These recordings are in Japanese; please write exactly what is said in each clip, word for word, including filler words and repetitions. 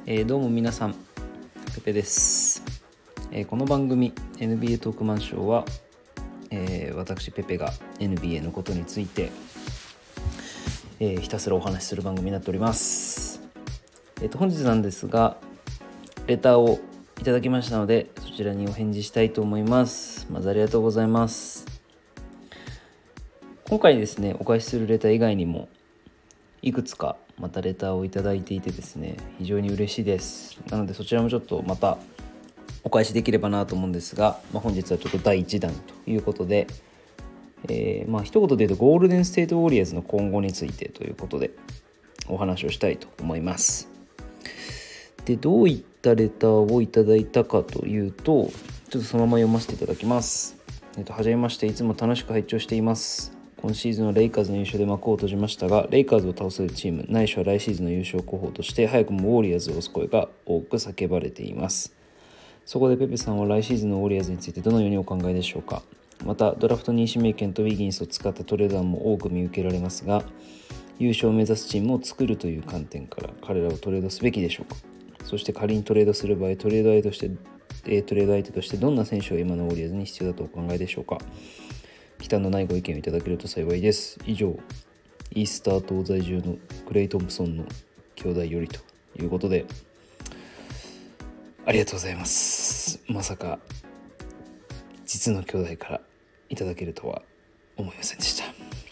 えー、どうも皆さん、ペペです。えー、この番組 エヌビーエー トークマンショーは、えー、私ペペが エヌビーエー のことについて、えー、ひたすらお話しする番組になっております。えーと、本日なんですが、レターをいただきましたので、そちらにお返事したいと思います。まずありがとうございます。今回ですね、お返しするレター以外にもいくつかまたレターをいただいていてですね、非常に嬉しいです。なのでそちらもちょっとまたお返しできればなと思うんですが、まあ、本日はちょっとだいいちだんということで、えー、まあ一言で言うとゴールデンステートウォリアーズの今後についてということでお話をしたいと思います。で、どういったレターをいただいたかというと、ちょっとそのまま読ませていただきます。えっと、はじめまして、いつも楽しく拝聴しています。今シーズンのレイカーズの優勝で幕を閉じましたが、レイカーズを倒せるチームないしは来シーズンの優勝候補として早くもウォリアーズを推す声が多く叫ばれています。そこでペペさんは来シーズンのウォリアーズについてどのようにお考えでしょうか。またドラフトに指名権とウィギンスを使ったトレード案も多く見受けられますが、優勝を目指すチームを作るという観点から彼らをトレードすべきでしょうか。そして仮にトレードする場合、トレード相手としてトレード相手としてどんな選手が今のウォリアーズに必要だとお考えでしょうか。忌憚のないご意見をいただけると幸いです。以上、イースター島在住のクレイ・トンプソンの兄弟よりということで、ありがとうございます。まさか実の兄弟からいただけるとは思いませんでした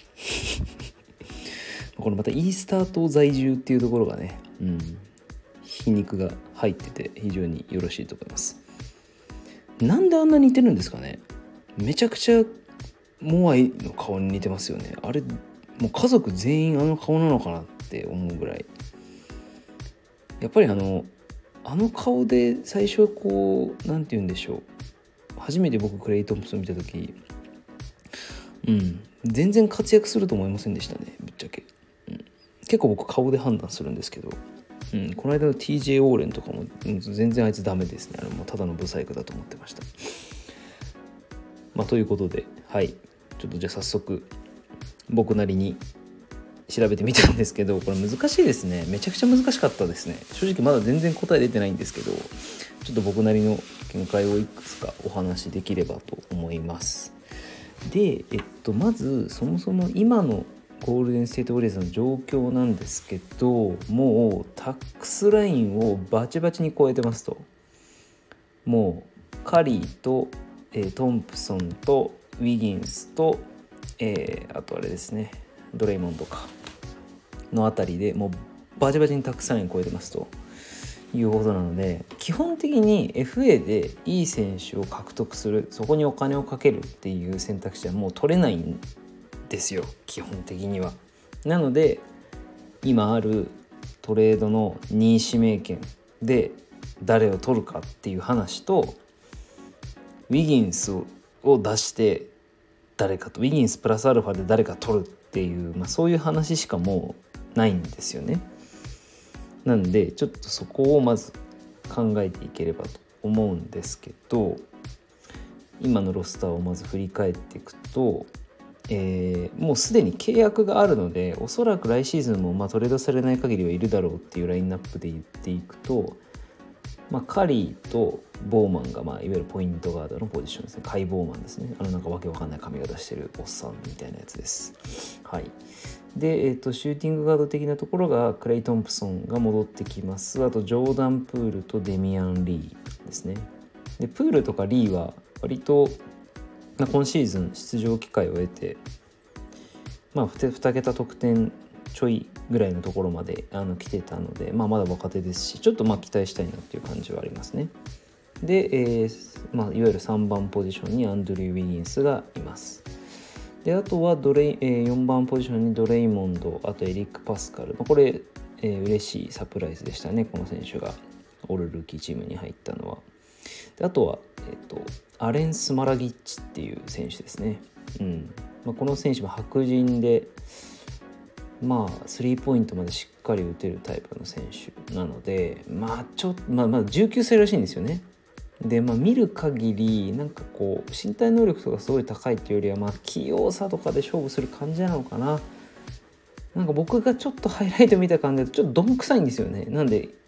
これまたイースター島在住っていうところがね、うん、皮肉が入ってて非常によろしいと思います。なんであんな似てるんですかね。めちゃくちゃモアイの顔に似てますよね。あれもう家族全員あの顔なのかなって思うぐらい、やっぱりあのあの顔で最初こうなんて言うんでしょう、初めて僕クレイ・トンプソン見た時、うん全然活躍すると思いませんでしたね、ぶっちゃけ、うん、結構僕顔で判断するんですけど、うん、この間の ティージェー オーレンとかも、うん、全然あいつダメですね。あれもただのブサイクだと思ってました。まあということで、はいちょっとじゃあ早速僕なりに調べてみたんですけど、これ難しいですね。めちゃくちゃ難しかったですね。正直まだ全然答え出てないんですけど、ちょっと僕なりの見解をいくつかお話しできればと思います。で、えっとまずそもそも今のゴールデンステートウォリアーズの状況なんですけど、もうタックスラインをバチバチに超えてますと。もうカリーと、えー、トンプソンとウィギンスと、えー、あとあれですね、ドレイモンドかのあたりでもうバチバチにタックスライン超えてますということなので、基本的に エフエー でいい選手を獲得する、そこにお金をかけるっていう選択肢はもう取れないんですよ、基本的には。なので今あるトレードのにい指名権で誰を取るかっていう話と、ウィギンスを出して誰かと、ウィギンスプラスアルファで誰か取るっていう、まあ、そういう話しかもうないんですよね。なんでちょっとそこをまず考えていければと思うんですけど、今のロスターをまず振り返っていくと、えー、もうすでに契約があるので、おそらく来シーズンもまあトレードされない限りはいるだろうっていうラインナップで言っていくと、まあ、カリーとボーマンが、まあ、いわゆるポイントガードのポジションですね。カイ・ボーマンですね。あのなんかわけわかんない髪型してるおっさんみたいなやつです。はい。で、えーと、シューティングガード的なところがクレイ・トンプソンが戻ってきます。あとジョーダン・プールとデミアン・リーですね。で、プールとかリーは割と、まあ、今シーズン出場機会を得て、まあ、に桁得点ちょいぐらいのところまであの来てたので、まあ、まだ若手ですし、ちょっとまあ期待したいなっていう感じはありますね。で、えーまあ、いわゆるさんばんポジションにアンドリュー・ウィギンスがいます。で、あとはドレイ、えー、よんばんポジションにドレイモンド、あとエリック・パスカル、まあ、これ、えー、嬉しいサプライズでしたね、この選手がオールルーキーチームに入ったのは。で、あとは、えーと、アレン・スマラギッチっていう選手ですね。うんまあ、この選手も白人で、まあスリーポイントまでしっかり打てるタイプの選手なので、まあちょっとまあまだじゅうきゅうさいらしいんですよね。で、まあ見る限りなんかこう身体能力とかすごい高いっていうよりは、まあ器用さとかで勝負する感じなのかな。なんか僕がちょっとハイライト見た感じだとちょっとどんくさいんですよね。なんで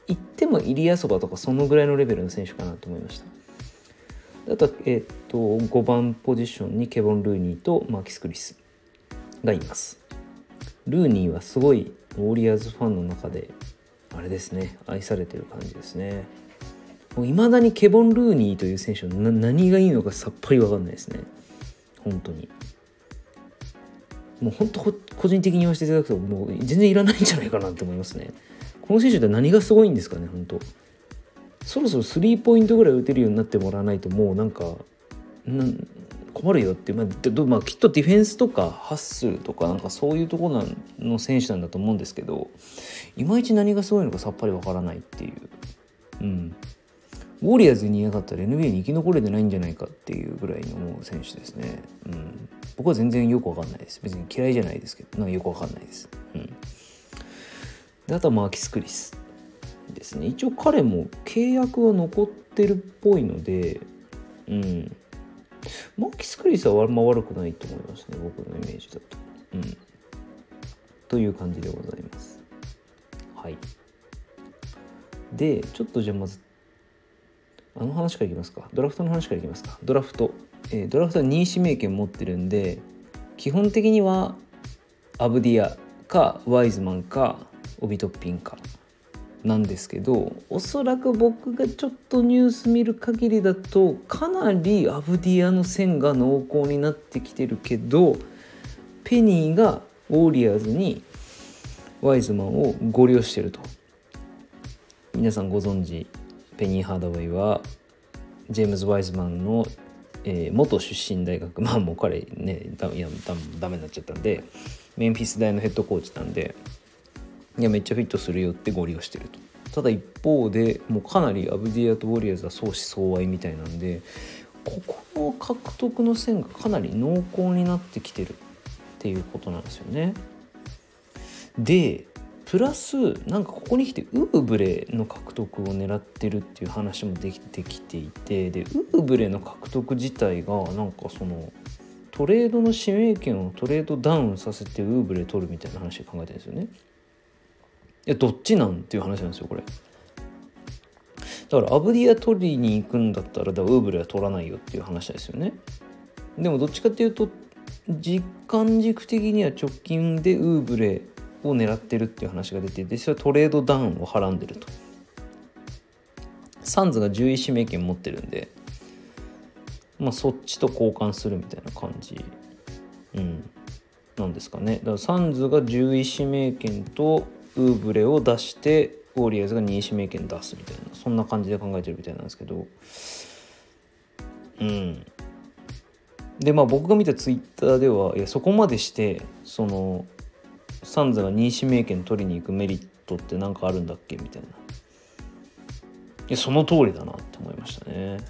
言ってもイリアソバとかそのぐらいのレベルの選手かなと思いました。あとは、えー、っとごばんポジションにケボン・ルーニーとマーキス・クリスがいます。ルーニーはすごいウォリアーズファンの中であれですね、愛されてる感じですね。もう未だにケボン・ルーニーという選手の何がいいのかさっぱり分かんないですね。本当にもう本当個人的に言わせていただくともう全然いらないんじゃないかなと思いますね。この選手って何がすごいんですかね。本当そろそろスリーポイントぐらい打てるようになってもらわないともうなんかなん困るよって、まあどまあ、きっとディフェンスとかハッスルとかなんかそういうところの選手なんだと思うんですけど、いまいち何がすごいのかさっぱりわからないっていう、うん、ウォリアーズにいなかったら エヌビーエー に生き残れてないんじゃないかっていうぐらいの思う選手ですね、うん、僕は全然よくわかんないです。別に嫌いじゃないですけどなんかよくわかんないです、うん、であとはマーキス・クリスですね。一応彼も契約は残ってるっぽいので、うん、マーキス・クリスはあんま悪くないと思いますね、僕のイメージだと、うん、という感じでございます。はい。でちょっとじゃあまずあの話からいきますか。ドラフトの話からいきますか。ドラフト、えー、ドラフトはにい指名権持ってるんで、基本的にはアブディアかワイズマンかオビトッピンかなんですけど、おそらく僕がちょっとニュース見る限りだとかなりアブディアの線が濃厚になってきてるけど、ペニーがウォリアーズにワイズマンをご利用してると。皆さんご存知ペニー・ハードウェイはジェームズ・ワイズマンの、えー、元出身大学、まあもう彼ねだいやだダメになっちゃったんでメンフィス大のヘッドコーチなんで、いやめっちゃフィットするよってご利用してると。ただ一方でもうかなりアブディアとウォリアーズは相思相愛みたいなんで、ここの獲得の線がかなり濃厚になってきてるっていうことなんですよね。でプラスなんかここに来てウーブレの獲得を狙ってるっていう話もできてきていて、でウーブレの獲得自体がなんかそのトレードの指名権をトレードダウンさせてウーブレ取るみたいな話で考えてるんですよね。いやどっちなんっていう話なんですよこれ。だからアブディア取りに行くんだったらだウーブレは取らないよっていう話ですよね。でもどっちかっていうと時間軸的には直近でウーブレを狙ってるっていう話が出て、でそれはトレードダウンをはらんでると。サンズがじゅういち指名権持ってるんで、まあそっちと交換するみたいな感じ、うん、なんですかね。だからサンズがじゅういち指名権とウーブレを出してウォリアーズがに指名権出すみたいな、そんな感じで考えてるみたいなんですけど、うんでまあ僕が見たツイッターではいやそこまでしてそのサンズがに指名権取りに行くメリットって何かあるんだっけみたいな、いやその通りだなって思いましたね、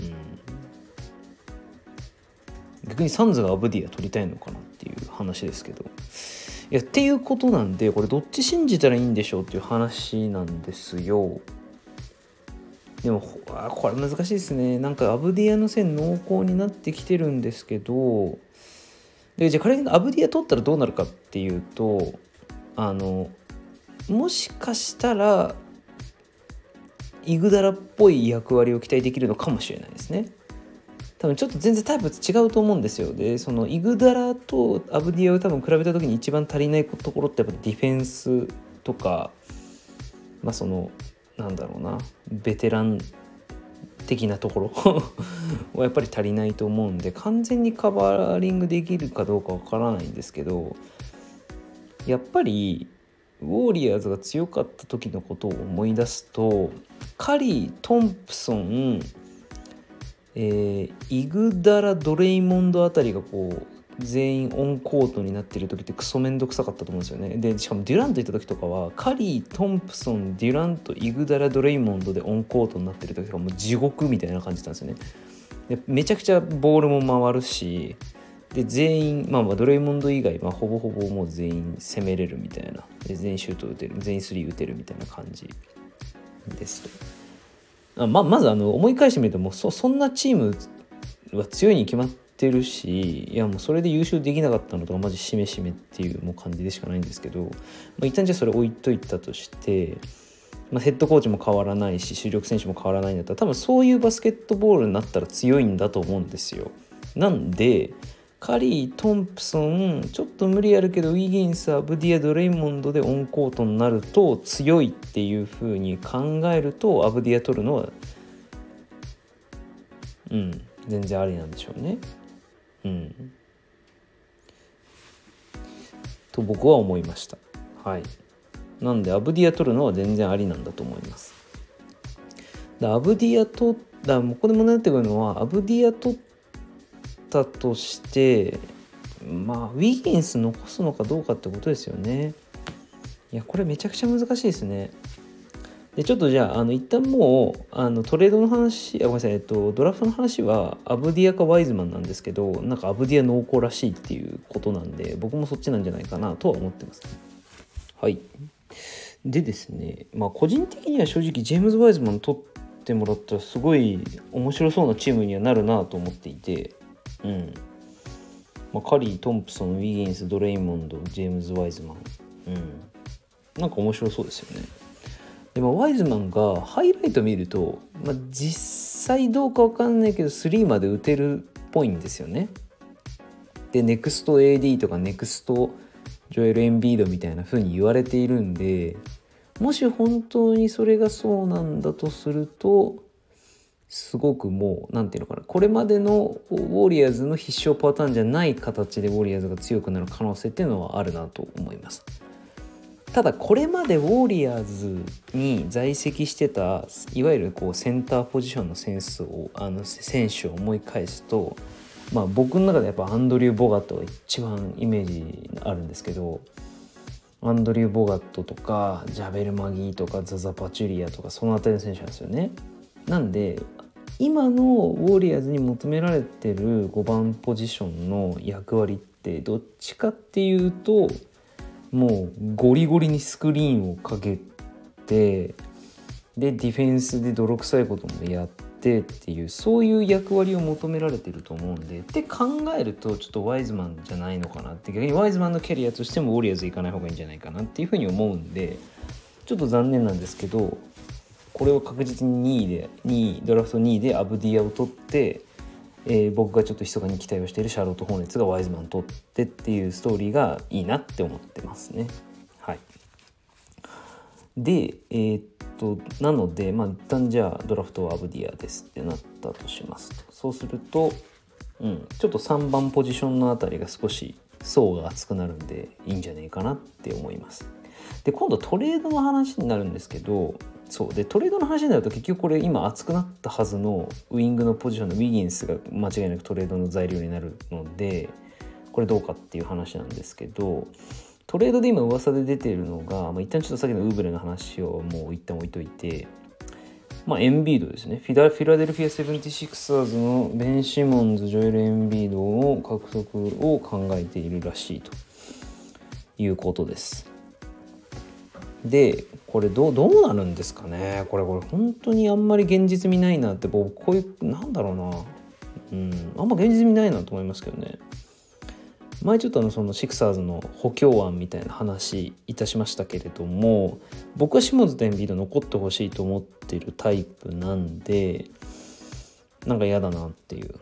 うん、逆にサンズがアブディア取りたいのかなっていう話ですけど、いやっていうことなんでこれどっち信じたらいいんでしょうっていう話なんですよ。でもこれ難しいですね。なんかアブディアの線濃厚になってきてるんですけど、でじゃあ仮にアブディア取ったらどうなるかっていうと、あのもしかしたらイグダラっぽい役割を期待できるのかもしれないですね。多分ちょっと全然タイプ違うと思うんですよ。でそのイグダラとアブディアを多分比べた時に一番足りないところってやっぱディフェンスとか、まあそのなんだろうなベテラン的なところはやっぱり足りないと思うんで、完全にカバーリングできるかどうかわからないんですけど、やっぱりウォーリアーズが強かった時のことを思い出すと、カリー、トンプソン、えー、イグダラ、ドレイモンドあたりがこう全員オンコートになってる時ってクソめんどくさかったと思うんですよね。でしかもデュラント行った時とかはカリー、トンプソン、デュラント、イグダラ、ドレイモンドでオンコートになってる時とかもう地獄みたいな感じだったんですよね。でめちゃくちゃボールも回るし、で全員、まあ、まあドレイモンド以外、まあ、ほぼほぼもう全員攻めれるみたいな、で全員シュート打てる、全員スリー打てるみたいな感じですと。あ ま, まずあの思い返してみるともう そ, そんなチームは強いに決まってるし、いやもうそれで優勝できなかったのとかマジしめしめっていうもう感じでしかないんですけど、まあ、一旦じゃあそれ置いといたとして、 まあ、ヘッドコーチも変わらないし主力選手も変わらないんだったら多分そういうバスケットボールになったら強いんだと思うんですよ。なんでカリー、トンプソン、ちょっと無理あるけどウィギンス、アブディア、ドレイモンドでオンコートになると強いっていう風に考えるとアブディア取るのはうん全然ありなんでしょうね。うんと僕は思いました。はい。なんでアブディア取るのは全然ありなんだと思います。だアブディア取ったここで問題になってくるのはアブディア取ったとしてまあウィギンス残すのかどうかってことですよね。いやこれめちゃくちゃ難しいですね。でちょっとじゃああの一旦もうあのトレードの話あごめんなさい、えっと、ドラフトの話はアブディアかワイズマンなんですけどなんかアブディア濃厚らしいっていうことなんで僕もそっちなんじゃないかなとは思ってます。はい。でですね、まあ個人的には正直ジェームズ・ワイズマン取ってもらったらすごい面白そうなチームにはなるなと思っていて、うん。まあ、カリー、トンプソン、ウィギンス、ドレイモンド、ジェームズ・ワイズマン、うん。なんか面白そうですよね。でもワイズマンがハイライト見ると、まあ、実際どうか分かんないけどスリーまで打てるっぽいんですよね。でネクスト エーディー とかネクストジョエル・エンビードみたいな風に言われているんでもし本当にそれがそうなんだとするとすごくもうなんていうのかなこれまでのウォーリアーズの必勝パターンじゃない形でウォーリアーズが強くなる可能性っていうのはあるなと思います。ただこれまでウォーリアーズに在籍してたいわゆるこうセンターポジションのセンスをあの選手を思い返すと、まあ、僕の中でやっぱアンドリュー・ボガットが一番イメージあるんですけどアンドリュー・ボガットとかジャベル・マギーとかザザ・パチュリアとかそのあたりの選手なんですよね。なんで今のウォーリアーズに求められてるごばんポジションの役割ってどっちかっていうともうゴリゴリにスクリーンをかけてでディフェンスで泥臭いこともやってっていうそういう役割を求められてると思うんでって考えるとちょっとワイズマンじゃないのかなって逆にワイズマンのキャリアとしてもウォリアーズ行かない方がいいんじゃないかなっていうふうに思うんでちょっと残念なんですけどこれを確実ににいでにいドラフトにいでアブディアを取ってえー、僕がちょっと密かに期待をしているシャーロット・ホーネッツがワイズマン取ってっていうストーリーがいいなって思ってますね。はい。で、えー、っとなのでまあ一旦じゃあドラフトはアブディアですってなったとしますとそうすると、うん、ちょっとさんばんポジションのあたりが少し層が厚くなるんでいいんじゃないかなって思います。で今度トレードの話になるんですけどそうでトレードの話になると結局これ今熱くなったはずのウイングのポジションのウィギンスが間違いなくトレードの材料になるのでこれどうかっていう話なんですけどトレードで今噂で出ているのが、まあ、一旦ちょっとさっきのウーブレの話をもう一旦置いといて、まあ、エンビードですねフィラ、フィラデルフィアセブンティシクサーズのベン・シモンズジョエル・エンビードの獲得を考えているらしいということです。でこれどう、どうなるんですかねこれこれ本当にあんまり現実味ないなって僕こういうなんだろうなうんあんま現実味ないなと思いますけどね。前ちょっとあのそのシクサーズの補強案みたいな話いたしましたけれども僕はシモンズとエンビード残ってほしいと思ってるタイプなんでなんか嫌だなっていう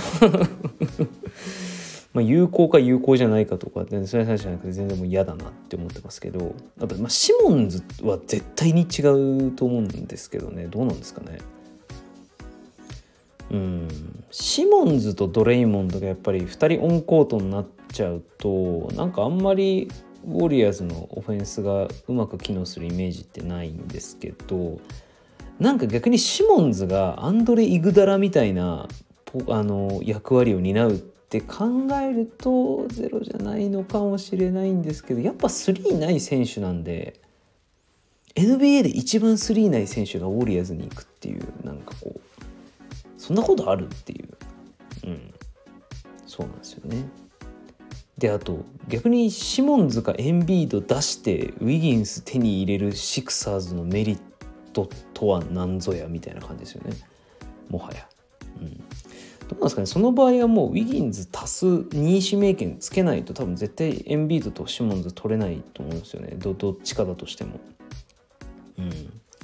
まあ有効か有効じゃないかとかそういう話じゃなくて全然もう嫌だなって思ってますけどあとまあシモンズは絶対に違うと思うんですけどねどうなんですかね。うんシモンズとドレイモンドがやっぱりふたりオンコートになっちゃうとなんかあんまりウォリアーズのオフェンスがうまく機能するイメージってないんですけどなんか逆にシモンズがアンドレ・イグダラみたいなあの役割を担うって考えるとゼロじゃないのかもしれないんですけどやっぱスリーない選手なんで エヌビーエー で一番スリーない選手がウォリアーズに行くっていうなんかこうそんなことあるっていう、うん、そうなんですよね。であと逆にシモンズがエンビード出してウィギンス手に入れるシクサーズのメリットとは何ぞやみたいな感じですよねもはや、うん、どうなんですかねその場合はもうウィギンズ足すにい指名権つけないと多分絶対エンビードとシモンズ取れないと思うんですよね ど, どっちかだとしても、うん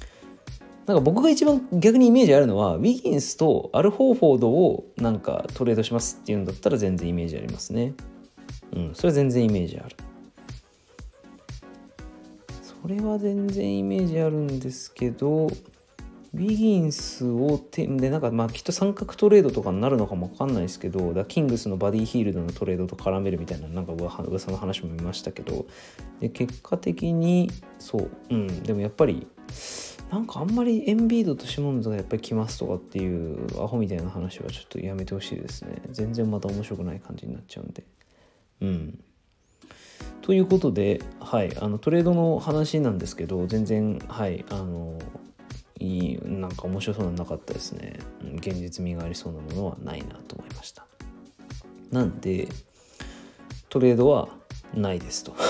なんか僕が一番逆にイメージあるのはウィギンスとアル・ホーフォードをなんかトレードしますっていうんだったら全然イメージありますね。うん、それは全然イメージある。それは全然イメージあるんですけど、ウィギンスをてでなんかまあきっと三角トレードとかになるのかも分かんないですけど、だキングスのバディヒールドのトレードと絡めるみたいななんか噂の話も見ましたけど、で結果的にそううんでもやっぱりなんかあんまりエンビードとシモンズがやっぱり来ますとかっていうアホみたいな話はちょっとやめてほしいですね。全然また面白くない感じになっちゃうんで。うんということで、はい、あのトレードの話なんですけど、全然はいあのいいなんか面白そうなのなかったですね。現実味がありそうなものはないなと思いました。なんでトレードはないですと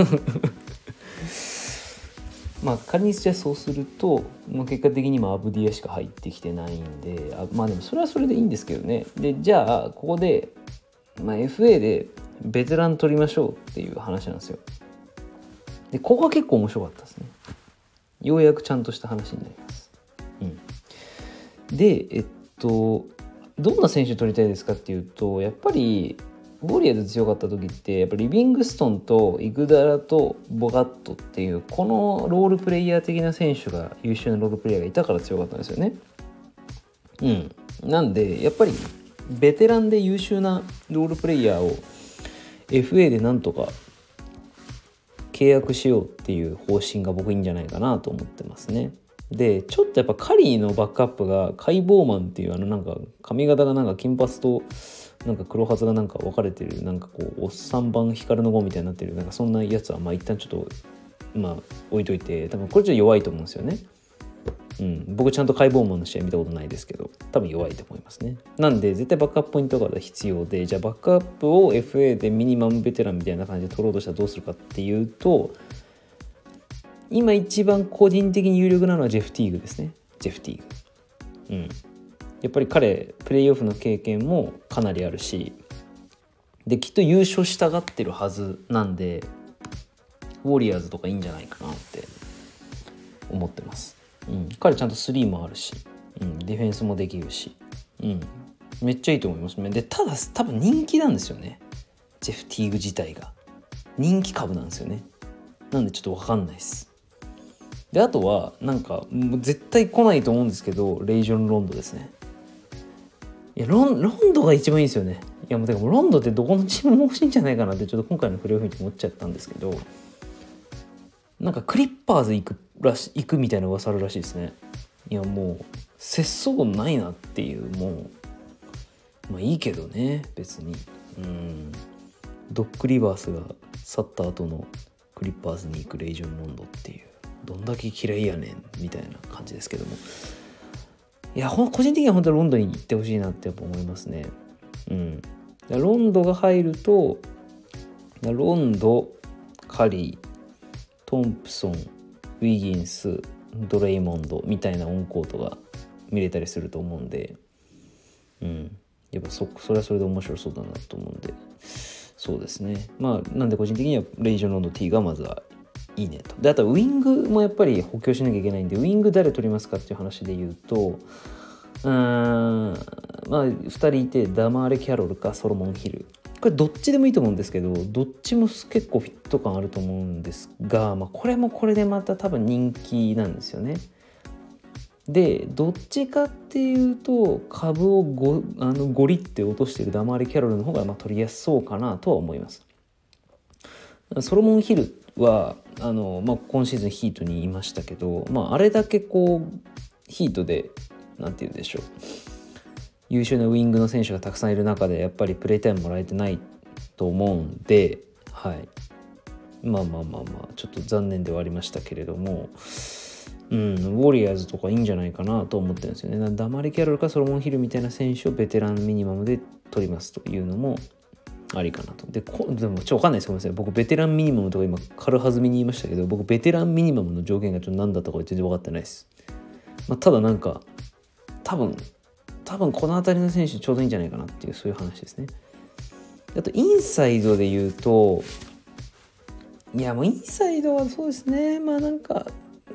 まあ仮にじゃあそうすると、まあ、結果的にもアブディアしか入ってきてないんで、あまあでもそれはそれでいいんですけどね。でじゃあここで、まあ、エフエー でベテラン取りましょうっていう話なんですよ。でここは結構面白かったですね。ようやくちゃんとした話になります。うん、でえっとどんな選手取りたいですかっていうと、やっぱりウォリアーズ強かった時ってやっぱリビングストンとイグダラとボガットっていうこのロールプレイヤー的な選手が優秀なロールプレイヤーがいたから強かったんですよね。うんなんでやっぱりベテランで優秀なロールプレイヤーを エフエー でなんとか契約しようっていう方針が僕いいんじゃないかなと思ってますね。でちょっとやっぱカリーのバックアップがカイ・ボーマンっていうあのなんか髪型がなんか金髪となんか黒髪がなんか分かれてるなんかこうおっさん版光の碁みたいになってるなんかそんなやつはまあ一旦ちょっとまあ置いといて、多分これちょっと弱いと思うんですよね。うん、僕ちゃんとカイ・ボーマンの試合見たことないですけど多分弱いと思いますね。なんで絶対バックアップポイントが必要で、じゃあバックアップを エフエー でミニマムベテランみたいな感じで取ろうとしたらどうするかっていうと、今一番個人的に有力なのはジェフ・ティーグですね。ジェフ・ティーグ、うん、やっぱり彼プレーオフの経験もかなりあるし、できっと優勝したがってるはずなんでウォリアーズとかいいんじゃないかなって思ってます。うん、彼ちゃんとスリーもあるし、うん、ディフェンスもできるし、うん、めっちゃいいと思いますね。でただ多分人気なんですよね。ジェフ・ティーグ自体が人気株なんですよね。なんでちょっと分かんないです。であとはなんかもう絶対来ないと思うんですけど、レイジョン・ロンドですね。いや ロン, ロンドが一番いいですよね。いやもうでもロンドってどこのチームも欲しいんじゃないかなってちょっと今回のプレーオフ見て思っちゃったんですけど、なんかクリッパーズ行くらし行くみたいな噂あるらしいですね。いやもう節操ないなっていう、もうまあいいけどね別に。うんドック・リバースが去った後のクリッパーズに行くレイジョン・ロンドっていう、どんだけ嫌いやねんみたいな感じですけども、いや個人的には本当にロンドンに行ってほしいなってやっぱ思いますね。うんロンドが入るとロンド、カリー、トンプソン、ウィギンス、ドレイモンドみたいなオンコートが見れたりすると思うんで、うんやっぱ そ, それはそれで面白そうだなと思うんで、そうですね。まあなんで個人的にはレイジョン・ロンド T がまずはいいねと。であとはウィングもやっぱり補強しなきゃいけないんで、ウィング誰取りますかっていう話で言うと、うーんまあふたりいて、ダマーレ・キャロルかソロモン・ヒル、これどっちでもいいと思うんですけど、どっちも結構フィット感あると思うんですが、まあ、これもこれでまた多分人気なんですよね。でどっちかっていうと株を ご, あのゴリって落としているダマーレ・キャロルの方がまあ取りやすそうかなとは思います。ソロモン・ヒルはあの、まあ、今シーズンヒートにいましたけど、まあ、あれだけこうヒートでなんて言うんでしょう、優秀なウィングの選手がたくさんいる中でやっぱりプレータイムもらえてないと思うんで、はい、まあまあまあまあちょっと残念ではありましたけれども、うん、ウォリアーズとかいいんじゃないかなと思ってるんですよね。ダマリ・キャロルかソロモン・ヒルみたいな選手をベテランミニマムで取りますというのもありかなと。で、こでもちょっと分かんないです。ごめんなさい。僕ベテランミニマムとか今軽はずみに言いましたけど、僕ベテランミニマムの条件がちょっと何だったか全然分かってないです。まあ、ただなんか多分多分この辺りの選手ちょうどいいんじゃないかなっていう、そういう話ですね。あとインサイドで言うと、いやもうインサイドはそうですね、まあなんかう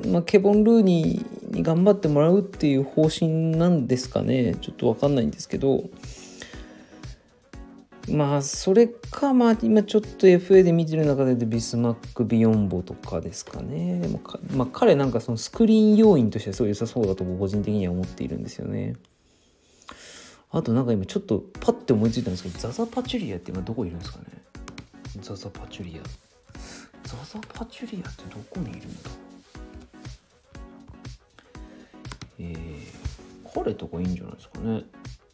まあ、ケボン・ルーニーに頑張ってもらうっていう方針なんですかね。ちょっと分かんないんですけど、まあそれか、まあ今ちょっと エフエー で見てる中でビスマック・ビヨンボとかですかね。でもか、まあ、彼なんかそのスクリーン要員としてはすごい良さそうだと個人的には思っているんですよね。あとなんか今ちょっとパッて思いついたんですけど、ザザ・パチュリアって今どこいるんですかね。ザザ・パチュリアザザ・パチュリアってどこにいるんだ。えー、彼とかいいんじゃないですかね。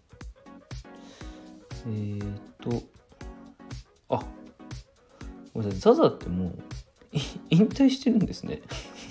えーとあ、ごめんなさい、ザザってもう引退してるんですね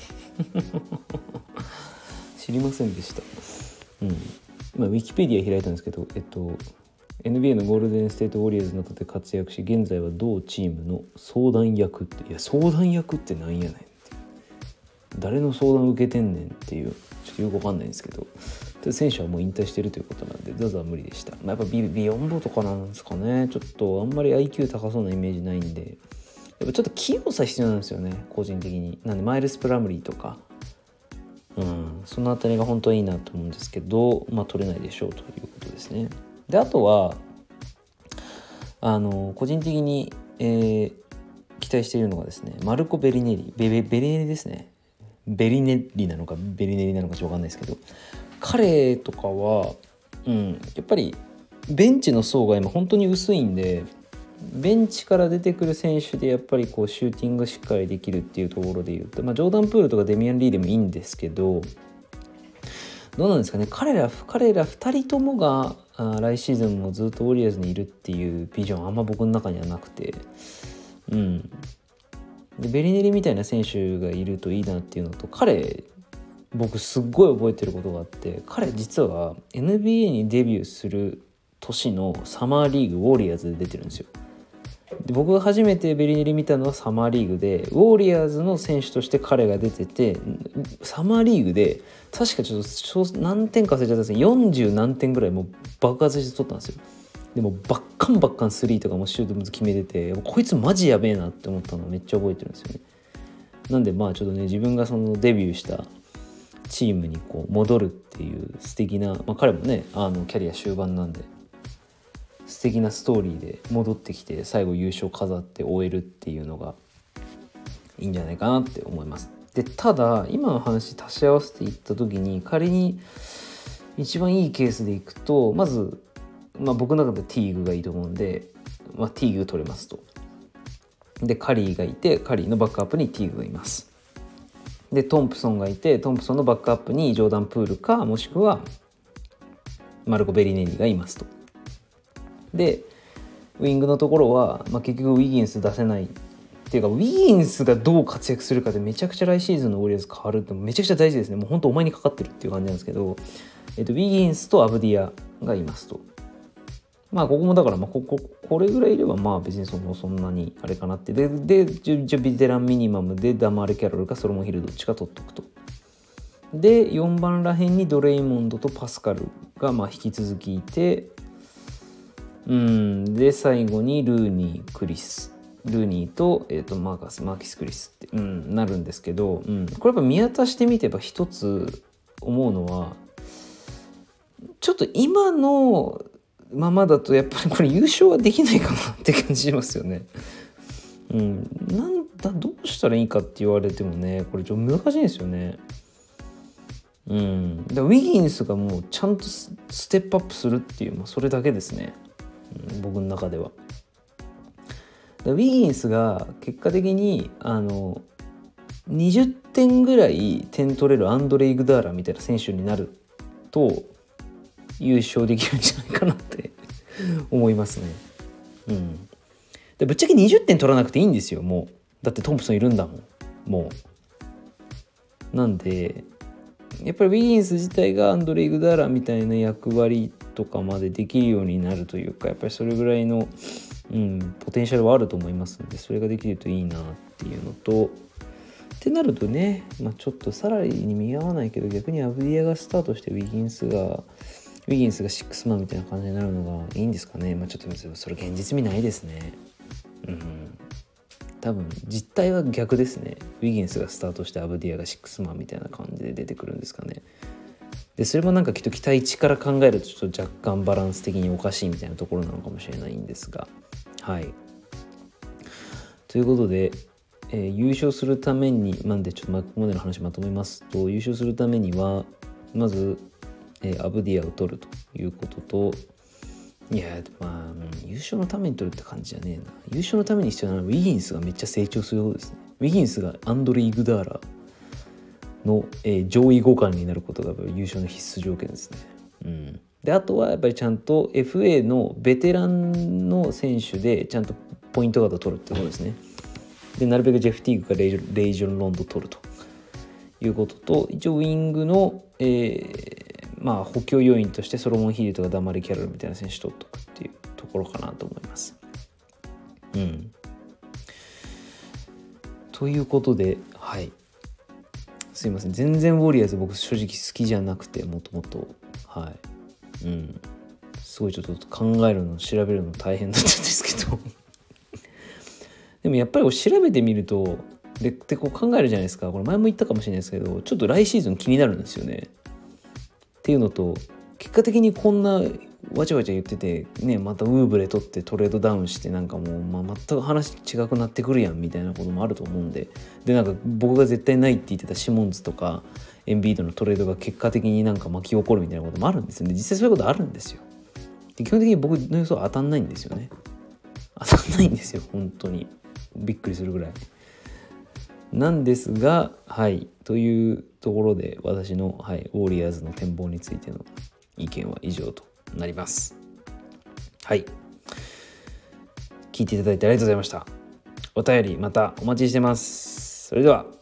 知りませんでした。うん、今ウィキペディア開いたんですけど、えっと エヌビーエー のゴールデンステートウォリアーズなどで活躍し、現在は同チームの相談役って、いや相談役ってなんやねんって、誰の相談受けてんねんっていう、ちょっとよくわかんないんですけど、選手はもう引退してるということなんでザザは無理でした。まあ、やっぱビビヨンボとかなんですかね。ちょっとあんまり アイキュー 高そうなイメージないんで、やっぱちょっと器用さ必要なんですよね、個人的に。なんでマイルス・プラムリーとか、うん、そのあたりが本当にいいなと思うんですけど、まあ取れないでしょうということですね。で、あとはあの個人的に、えー、期待しているのがですね、マルコ・ベリネリベベベリネリですね。ベリネリなのかベリネリなのかちょっと分かんないですけど、彼とかは、うん、やっぱりベンチの層が今本当に薄いんで、ベンチから出てくる選手でやっぱりこうシューティングしっかりできるっていうところでいうと、まあ、ジョーダン・プールとかデミアン・リーでもいいんですけど、どうなんですかね、彼ら彼らふたりともがあ来シーズンもずっとウォリアーズにいるっていうビジョンあんま僕の中にはなくて、うんでベリネリみたいな選手がいるといいなっていうのと、彼僕すっごい覚えてることがあって、彼実は エヌビーエー にデビューする年のサマーリーグウォーリアーズで出てるんですよ。で僕が初めてベリネリ見たのはサマーリーグで、ウォーリアーズの選手として彼が出てて、サマーリーグで確かちょっと何点か忘れちゃったんですけど、よんじゅう何点ぐらいもう爆発して取ったんですよ。でもバッカンバッカンスリーとかもシュートも決めてて、こいつマジやべえなって思ったのをめっちゃ覚えてるんですよね。なんでまあちょっとね、自分がそのデビューしたチームにこう戻るっていう素敵な、まあ、彼もねあのキャリア終盤なんで素敵なストーリーで戻ってきて最後優勝飾って終えるっていうのがいいんじゃないかなって思います。でただ今の話足し合わせていった時に、仮に一番いいケースでいくと、まず、まあ、僕の中でティーグがいいと思うんで、まあ、ティーグ取れますと。でカリーがいて、カリーのバックアップにティーグがいます。でトンプソンがいて、トンプソンのバックアップにジョーダン・プールか、もしくはマルコ・ベリネリがいますと。でウィングのところは、まあ、結局ウィギンス出せないっていうか、ウィギンスがどう活躍するかでめちゃくちゃ来シーズンのウォリアーズ変わるってめちゃくちゃ大事ですね。もう本当お前にかかってるっていう感じなんですけど、えっと、ウィギンスとアブディアがいますと。まあここもだから、まあこここれぐらいいればまあ別にそのそんなにあれかなって。ででじゃビテランミニマムでダマール・キャロルかソロモン・ヒルどっちか取っとくと。でよんばんらへんにドレイモンドとパスカルがまあ引き続きいて、うんで最後にルーニー・クリスルーニーと、えー、とマーカスマーキス・クリスって、うん、なるんですけど、うん、これやっぱ見渡してみてば一つ思うのは、ちょっと今のままだとやっぱりこれ優勝はできないかなって感じしますよね。うん、なんだどうしたらいいかって言われてもね、これちょっと難しいんですよね。うん、だウィギンスがもうちゃんとステップアップするっていう、まあ、それだけですね、うん、僕の中では。ウィギンスが結果的にあのにじゅってんぐらい点取れるアンドレイ・グダーラみたいな選手になると優勝できるんじゃないかなって思いますね。うん。でぶっちゃけにじゅってん取らなくていいんですよ、もう。だってトンプソンいるんだもん、もう。なんでやっぱりウィギンス自体がアンドレイ・グダーラみたいな役割とかまでできるようになるというか、やっぱりそれぐらいの、うん、ポテンシャルはあると思いますので、それができるといいなっていうのと、ってなるとね、まあ、ちょっとサラリーに見合わないけど、逆にアブディアがスタートしてウィギンスがウィギンスがシックスマンみたいな感じになるのがいいんですかね。まあちょっとそれ現実味ないですね。うん。 多分実態は逆ですね。ウィギンスがスタートしてアブディアがシックスマンみたいな感じで出てくるんですかね。でそれもなんかきっと期待値から考えるとちょっと若干バランス的におかしいみたいなところなのかもしれないんですが、はいということで、えー、優勝するためになんでちょっとここまでの話まとめますと、優勝するためにはまず、えー、アブディアを取るということと、いやまあ、うん、優勝のために取るって感じじゃねえな。優勝のために必要なのはウィギンスがめっちゃ成長することですね。ウィギンスがアンドレ・イグダーラの、えー、上位互換になることが優勝の必須条件ですね。うん、であとはやっぱりちゃんと エフエー のベテランの選手でちゃんとポイントガード取るってことですね。でなるべくジェフ・ティーグかレイジョン・レイジョンロンド取るということと、一応ウィングの、えー、まあ補強要員としてソロモン・ヒールとかダマリ・キャロルみたいな選手取っとくっていうところかなと思います。うん。ということで、はい。すいません。全然ウォリアーズ僕正直好きじゃなくて、もともと。はい。うん。すごいちょっと考えるの、調べるの大変だったんですけど。でもやっぱり調べてみると、で、でこう考えるじゃないですか。これ前も言ったかもしれないですけど、ちょっと来シーズン気になるんですよね。っていうのと、結果的にこんなわちゃわちゃ言ってて、ね、またウーブレ取ってトレードダウンしてなんかもう、まあ、全く話違くなってくるやんみたいなこともあると思うんで、でなんか僕が絶対ないって言ってたシモンズとかエンビードのトレードが結果的になんか巻き起こるみたいなこともあるんですよね。実際そういうことあるんですよ。で基本的に僕の予想は当たんないんですよね。当たんないんですよ本当に。びっくりするぐらいなんですが、はいというところで私の、はい、ウォリアーズの展望についての意見は以上となります。はい、聞いていただいてありがとうございました。お便りまたお待ちしてます。それでは。